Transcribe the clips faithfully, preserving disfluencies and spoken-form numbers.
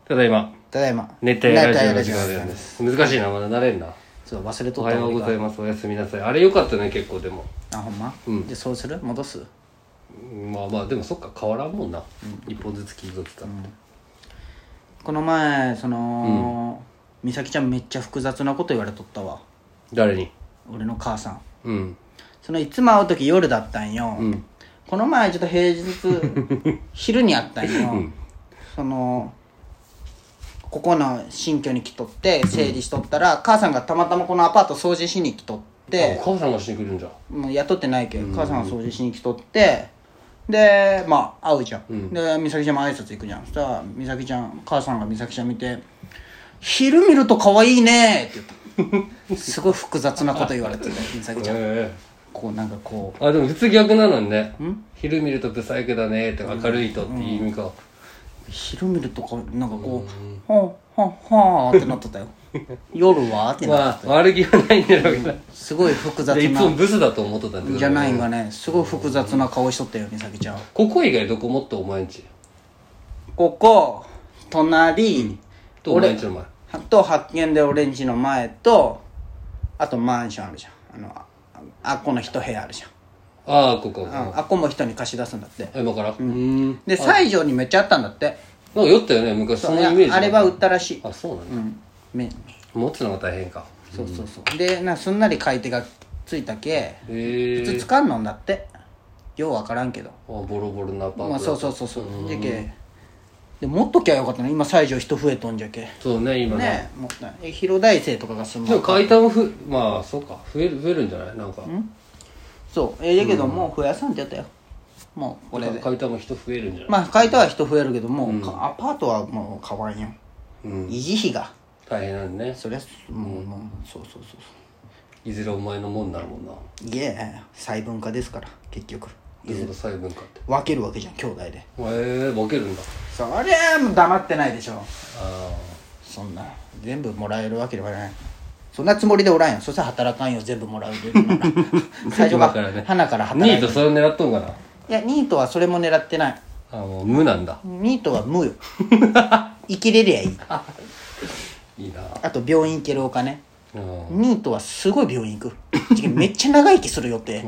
ただいまただいま熱帯夜ラジオの時間です。難しいな、まだ慣れんな。 そう忘れとおった。 はようございます、おやすみなさい。あれよかったね、結構。でもあ、ほんま。 うんでそうする戻す。 まあまあでもそっか、変わらんもんな、うん、一本ずつ聞いときか、うん、 この前その、うん、美咲ちゃんめっちゃ複雑なこと言われとったわ。 誰に？ 俺の母さん。 うんそのいつも会う時夜だったんよ、うん、この前ちょっと平日昼に会ったんよ、うん、そのここの新居に来とって整理しとったら、うん、母さんがたまたまこのアパート掃除しに来とって。 母さんがしに来るんじゃん。 もう雇ってないけど、うん、母さんが掃除しに来とってでまあ会うじゃん、うん、で美咲ちゃんも挨拶行くじゃん。そしたら美咲ちゃん母さんが美咲ちゃん見て「昼見ると可愛いね」って言ったすごい複雑なこと言われてたよ美咲ちゃん、えーこうなんかこうあでも普通逆なのにね。昼見るとブサイクだねって明るいとっていう意味か、うん、 昼見るとかなんかこうはあはあはあってなってたよ夜はってなってたよ、 まあ、悪気はないんだろうけど、うん、 すごい複雑な。 いつもブスだと思っとったんだけどじゃないんがね、すごい複雑な顔しとったよ美咲ちゃん。 ここ以外どこもっとお前んち？ ここ隣、うん、 とお前んちの前と発見で俺んちの前とあとマンションあるじゃん。あのあっこの一部屋あるじゃん。 ああここああっこも人に貸し出すんだって。 今から、 うん、で西条にめっちゃあったんだって。 なんか酔ったよね昔。そのイメージあれは売ったらしい。 あそうなんだ、 うんめ持つのが大変か。 そうそうそう、うん、でなすんなり買い手がついたけへ普通使んのんだって。ようわからんけど。 あボロボロなアパート、 まあ、そうそうそうそうじゃけで持っときゃよかったの。今西条人増えとんじゃけ。 そうね今ねねもったいない。広大生とかが住む。 でも買い手もふまあそうか増える増えるんじゃないなんかんそうええだけど、うん、もう増やさんってやったよ。もうこれで買い手も人増えるんじゃない。 まあ買い手は人増えるけども、うん、アパートはもう変わんよ、うん、維持費が大変なんね。 そりゃもう、うん、もうそうそうそうそういずれお前のもんなるもんな。 いや細分化ですから結局。 いずれ細分化って分けるわけじゃん兄弟で。へえー、分けるんだ。 そりゃもう黙ってないでしょ。ああそんな全部もらえるわけではない。そんなつもりでおらんよ。そしたら働かんよ全部もらうで最初からね花から働いて。 ニートそれを狙っとんかな。いやニートはそれも狙ってない。 あもう無なんだ。 ニートは無よ生きれりゃいいいいなあと病院行けるお金。ニートはすごい病院行くめっちゃ長生きする予定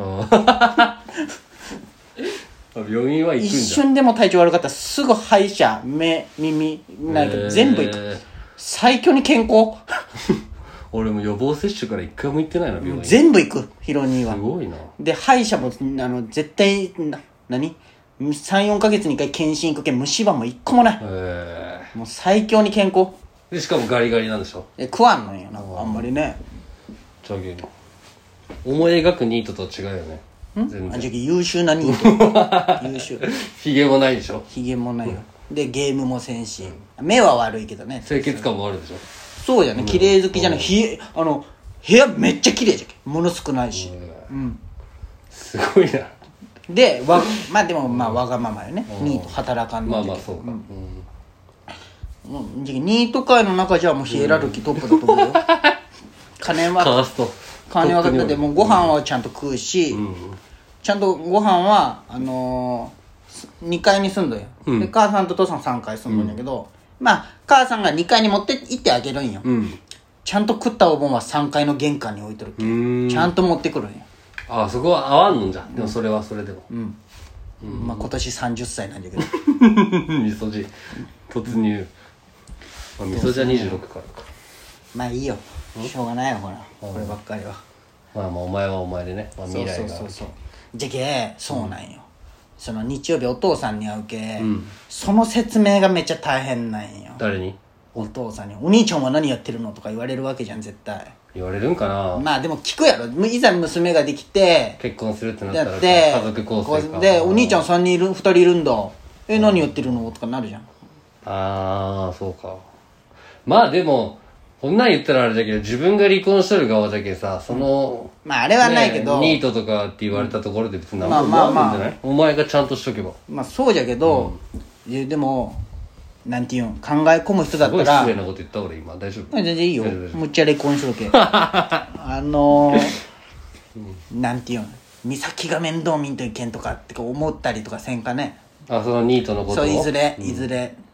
病院は行くんだ。 一瞬でも体調悪かったらすぐ歯医者目耳なんか全部行く、えー、最強に健康俺も予防接種から一回も行ってないな病院。 全部行くヒロニーは。 すごいな。で歯医者もあの絶対な何 さん,よん ヶ月にいっかい検診行くけん虫歯も一個もない、えー、もう最強に健康でしかもガリガリなんでしょ。 え食わんのよなんかあんまりね。 じゃあ思い描くニートとは違うよね。 ん全然あじゃあ優秀なニート優秀ヒゲもないでしょ。 ヒゲもないよ、うん、でゲームもせんし目は悪いけどね。 清潔感もあるでしょ。 そうじゃね綺麗好きじゃない。ひあの部屋めっちゃ綺麗じゃけん物少ないし、うん、うん、 すごいな。 でわまあでもまあわがままよね、うん、ニート働かんのまあまあそうか、うんうん、ニート界の中じゃもうヒエラルキートップだと思うよ、うん、金はカースト金はかっててもご飯はちゃんと食うし、うん、ちゃんとご飯はあのー、にかいに住んどんよ、うん、で母さんと父さんさんがい住んどんやけど、うん、まあ母さんがにかいに持って行ってあげるんよ、うん、ちゃんと食ったお盆はさんがいの玄関に置いとるけんちゃんと持ってくるんよ。 ああそこは合わんのんじゃ、うん、でもそれはそれでもうん、 うん、まあ今年さんじゅっさいなんだけどみそじ突入、まあ、みそじはにじゅうろくからか。 まあいいよしょうがないよほらこればっかりは。 まあまあお前はお前でね、まあ、未来がある。 そうそうそうそうじゃけそうなんよ、うん、その日曜日お父さんに会うけ、うん、その説明がめっちゃ大変なんよ。 誰に？ お父さんにお兄ちゃんは何やってるのとか言われるわけじゃん絶対。 言われるんかな。 まあでも聞くやろ。いざ娘ができて結婚するってなったら家族構成かでお兄ちゃんさんにんいるふたりいるんだえ、うん、何やってるのとかなるじゃん。 ああそうか。まあでもこんなん言ったらあれだけど自分が離婚しとる側だけさその、 うん、まああれはないけど、 ね、ニートとかって言われたところで別に何も思わんじゃない、まあまあまあ、お前がちゃんとしとけば。まあそうじゃけど、うん、でもなんていうん考え込む人だったらすごい失礼なこと言った俺今大丈夫？ 全然いいよむっちゃ離婚しとけあのーうん、なんていうん美咲が面倒見んといけんとかって思ったりとかせんかね。 あそのニートのことをそういずれ、うん、いずれ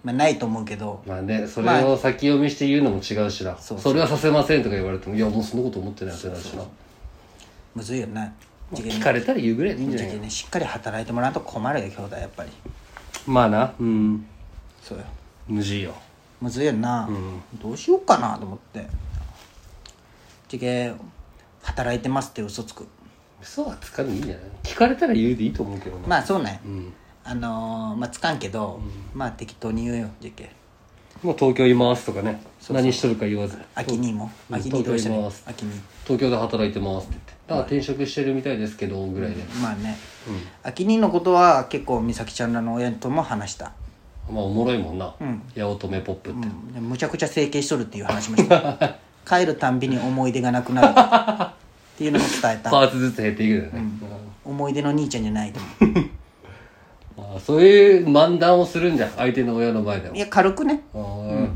まあないと思うけど、 まあねそれを先読みして言うのも違うしな、まあ、そ, それはさせませんとか言われてもいやもうそんなこと思ってないってなるしな。 むずいよね。 聞かれたら言うぐらいでいいんじゃないか、 ね、しっかり働いてもらうと困るよ兄弟やっぱり。 まあなうんそうよむずいよむずいよな、うん、どうしようかなと思ってじけ働いてますって嘘つく。 嘘はつかんでいいんじゃない。聞かれたら言うでいいと思うけどな。 まあそうね、 うん、 あのー、まあつかんけど、うん、まあ適当に言うよじけもう東京いますとかね。そうそう何しとるか言わず秋にも秋にどうしてる秋に東京で働いてますって言ってだから転職してるみたいですけどぐらいで、 うん、まあね、うん、秋にのことは結構美咲ちゃんらの親とも話した。 まあおもろいもんな、うん、八乙女ポップって、 うん、むちゃくちゃ整形しとるっていう話もした帰るたんびに思い出がなくなるっていうのも伝えた。 パーツずつ減っていくよね、 うん、思い出の兄ちゃんじゃないと思うあそういう漫談をするんじゃん相手の親の前でも。 いや軽くね、うん、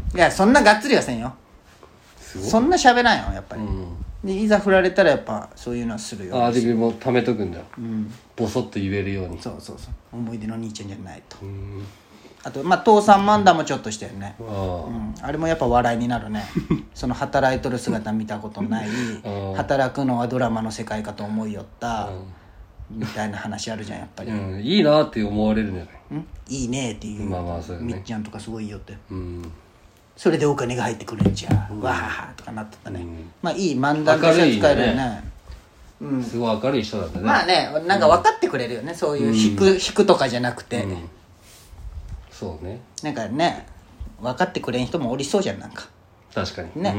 いやそんながっつりはせんよ。そんな喋らんよやっぱり、うん、でいざ振られたらやっぱそういうのはするよ。 ああ自分も貯めとくんだよ、うん、ボソッと言えるように。 そうそうそう思い出の兄ちゃんじゃないと。うんあとまあ父さん漫談もちょっとしてるね。 あ,、うん、あれもやっぱ笑いになるねその働いとる姿見たことない働くのはドラマの世界かと思いよったみたいな話あるじゃんやっぱり、 うん、いいなって思われるんじゃない。 んいいねっていう、 まあまあそうよね、 みっちゃんとかすごいよって、うん、それでお金が入ってくるんじゃ、うん、わーとかなってたね、うん、まあいい漫談として使えるよね。 うん、すごい明るい人だったね。 まあねなんか分かってくれるよね、うん、そういう引く、うん、引くとかじゃなくて、うんそうねなんかね分かってくれん人もおりそうじゃんなんか確かにね、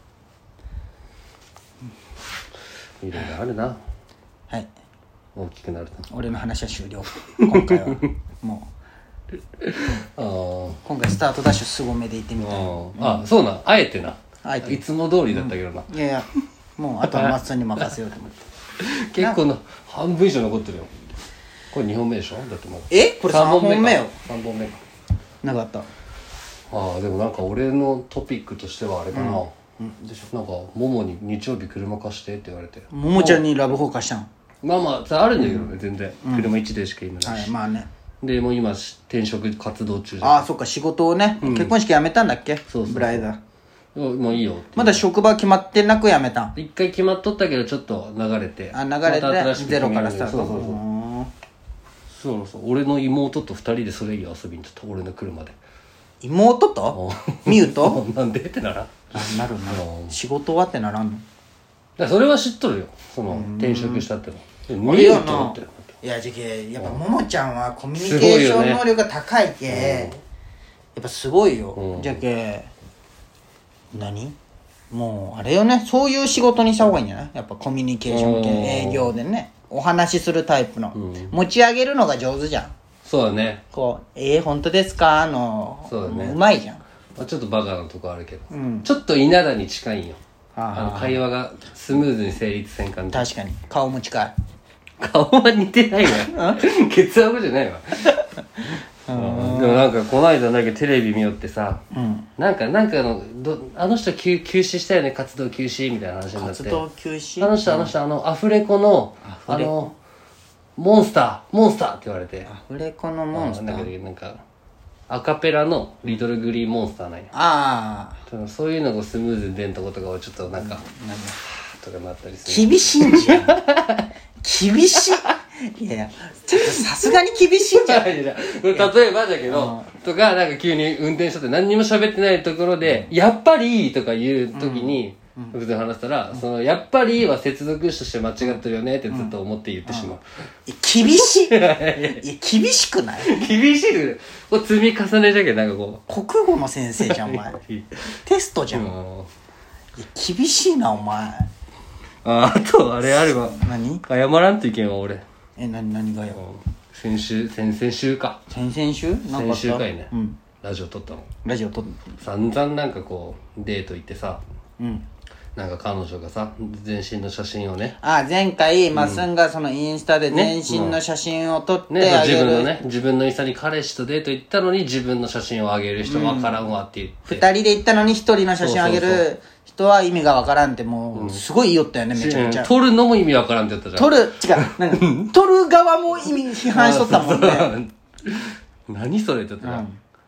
うん、いろいろあるな。 はい大きくなると俺の話は終了今回はもうあ今回スタートダッシュすごめで行ってみたい。あ、 うん、あそうなあえてなあえていつも通りだったけどな、 うん、いやいやもうあとはマッツンに任せようと思って結構の半分以上残ってるよ。これにほんめでしょ。だってもうえこれさんぼんめよ。 さんぼんめかなかった。 ああでもなんか俺のトピックとしてはあれかな、うんうん、でしょなんかももに日曜日車貸してって言われてももちゃんにラブホ貸したの。 まあまああるんだけどね、うん、全然車いちでいしかいないし、 はいまあねでもう今転職活動中じゃん。 ああそっか仕事をね、うん、結婚式辞めたんだっけ。そうそうブライダーもういいよまだ職場決まってなく辞めたん。 一回決まっとったけどちょっと流れてあ流れて、ま、ゼロからスタート。そうそうそうそうそう俺の妹とふたりでそれいい遊びに行った俺の車で。 妹とみゆとなんでってならなるな仕事はってならんの。 だそれは知っとるよその転職したってのみゆとっていやじけやっぱももちゃんはコミュニケーション能力が高いけ、ね、やっぱすごいよ、うん、じゃけ何もうあれよねそういう仕事にした方がいいんじゃないやっぱコミュニケーション系営業でねお話しするタイプの、うん、持ち上げるのが上手じゃん。 そうだねこうえー、本当ですかのそうだねうまいじゃん、 まあ、ちょっとバカなとこあるけど、うん、ちょっと稲田に近いんよ。あの会話がスムーズに成立せん感じ。 確かに顔も近い。 顔は似てないわケツアゴじゃないわでもなんかこの間だけテレビ見よってさ、うん、なんかなんかのどあの人休休止したよね活動休止みたいな話になって活動休止あの人あの人、うん、あのアフレコのあのモンスターモンスターって言われてアフレコのモンスターなんかアカペラのリトルグリーンモンスターなんや。ああそういうのがスムーズに出んとことかはちょっとなんか、うん、なんとかなったりする。厳しいんじゃん厳しいいやいやちょっとさすがに厳しいんじゃん例えばだけどとかなんか急に運転しとって何にも喋ってないところで、うん、やっぱりとか言う時に、うん、普通に話したら、うん、そのやっぱりは接続詞として間違ってるよねってずっと思って言ってしまう、 うんうん、厳しいいや厳しくない厳しいこう積み重ねじゃけなんかこう国語の先生じゃんお前テストじゃん、うん、いや厳しいなお前。 ああとあれあれば何謝らんといけんわ俺。 え何何がよ先週先々週か先々週なんか先週かいね、うん、ラジオ撮ったのラジオ撮っ散々なんかこうデート行ってさ、うん、なんか彼女がさ全身の写真をねあ前回まっすんがそのインスタで全身の写真を撮ってね、 あげる、 ね、自分のね自分のインスタに彼氏とデート行ったのに自分の写真をあげる人わからんわって言って、 うん、ふたりで行ったのにひとりの写真をあげるそうそうそう人は意味がわからんってもうすごい言いよったよね、うん、めちゃめちゃ撮るのも意味わからんって言ったじゃん。 撮る違うなんか撮る側も意味批判しとったもんね何それって言ったら、うん、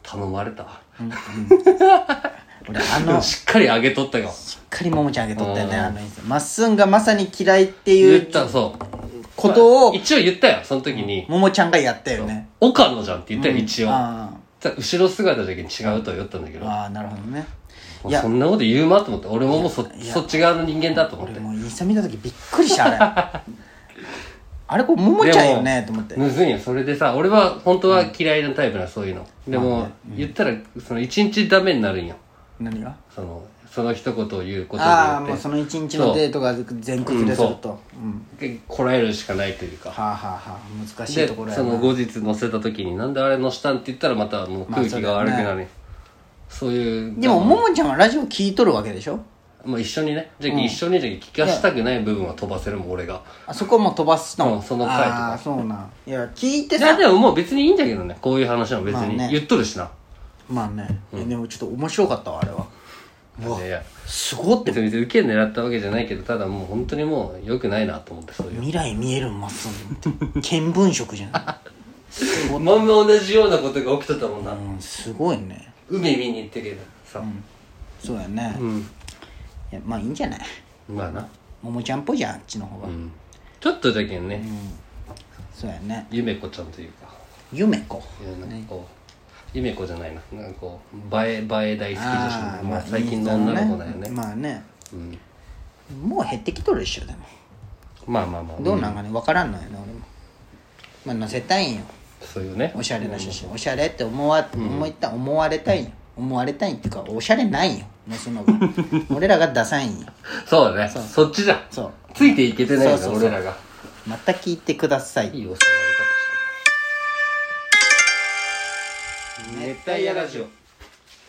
頼まれたわ、うんうん、 俺あのしっかり上げとったよ。 しっかりももちゃん上げとったよね、あのまっすんがまさに嫌いっていう言ったそうことを、 まあ、一応言ったよその時に、 ももちゃんがやったよね。 岡野じゃんって言ったよ、うん、一応あ後ろ姿だけに違うとは言ったんだけど、 ああなるほどね。 いやそんなこと言うまと思って、俺ももう そ, そっち側の人間だと思って。 俺もうインスタ見た時びっくりしたあれあれこれももちゃんよねと思って。 むずいよそれでさ。俺は本当は嫌いなタイプな、そういうのでも、まあねうん、言ったらその一日ダメになるんよ。 何がそのその一言を言うことによって、 ああもうその一日のデートが全崩れすると、 うんうん、こらえるしかないというか、 はあはあはあ難しいところやな。でその後日載せた時になんであれ載したんって言ったらまたもう空気が悪くなる、まあ そ, ね、そういうでもももちゃんはラジオ聞いとるわけでしょ。 まあ一緒にねじゃあ、うん、一緒にじゃ聞かしたくない部分は飛ばせるもん俺が。 あそこも飛ばすの、 うん、その回とか。 あそうなんいや聞いてさ。 いやでももう別にいいんだけどね、こういう話は別に、ね、言っとるしな。 まあね、うん、でもちょっと面白かったわあれは。うわいやすごって別に受け狙ったわけじゃないけど、ただもう本当にもう良くないなと思って。そういう未来見えるんますんって見聞色じゃんまんま同じようなことが起きとったもんな、 うん、すごいね。 海見に行ってけどさ、うん、 そうやね、うん、いやまあいいんじゃない。 まあなももちゃんっぽいじゃんあっちの方が、うん、 ちょっとだけね、うん、 そうやね。 ゆめこちゃんというかゆめこいやなんかこう、ね、ゆめこじゃないな、なんかこう映え映え大好き女子の、まあ、最近の女の子だよね。 まあね、うん、もう減ってきとるでしょでも。 まあまあまあどうなんかね分からんのよね俺も。まあ載せたいんよそういうね、 おしゃれな写真、おしゃれって思わ、うん、思いた思われたいんよ。思われたいっていうかおしゃれないんよ載すのが俺らがダサいんよ。そうだね、 そ, そっちじゃん。そうついていけてないんだ俺らが。また聞いてください。いい収まり方した熱帯夜ラジオ。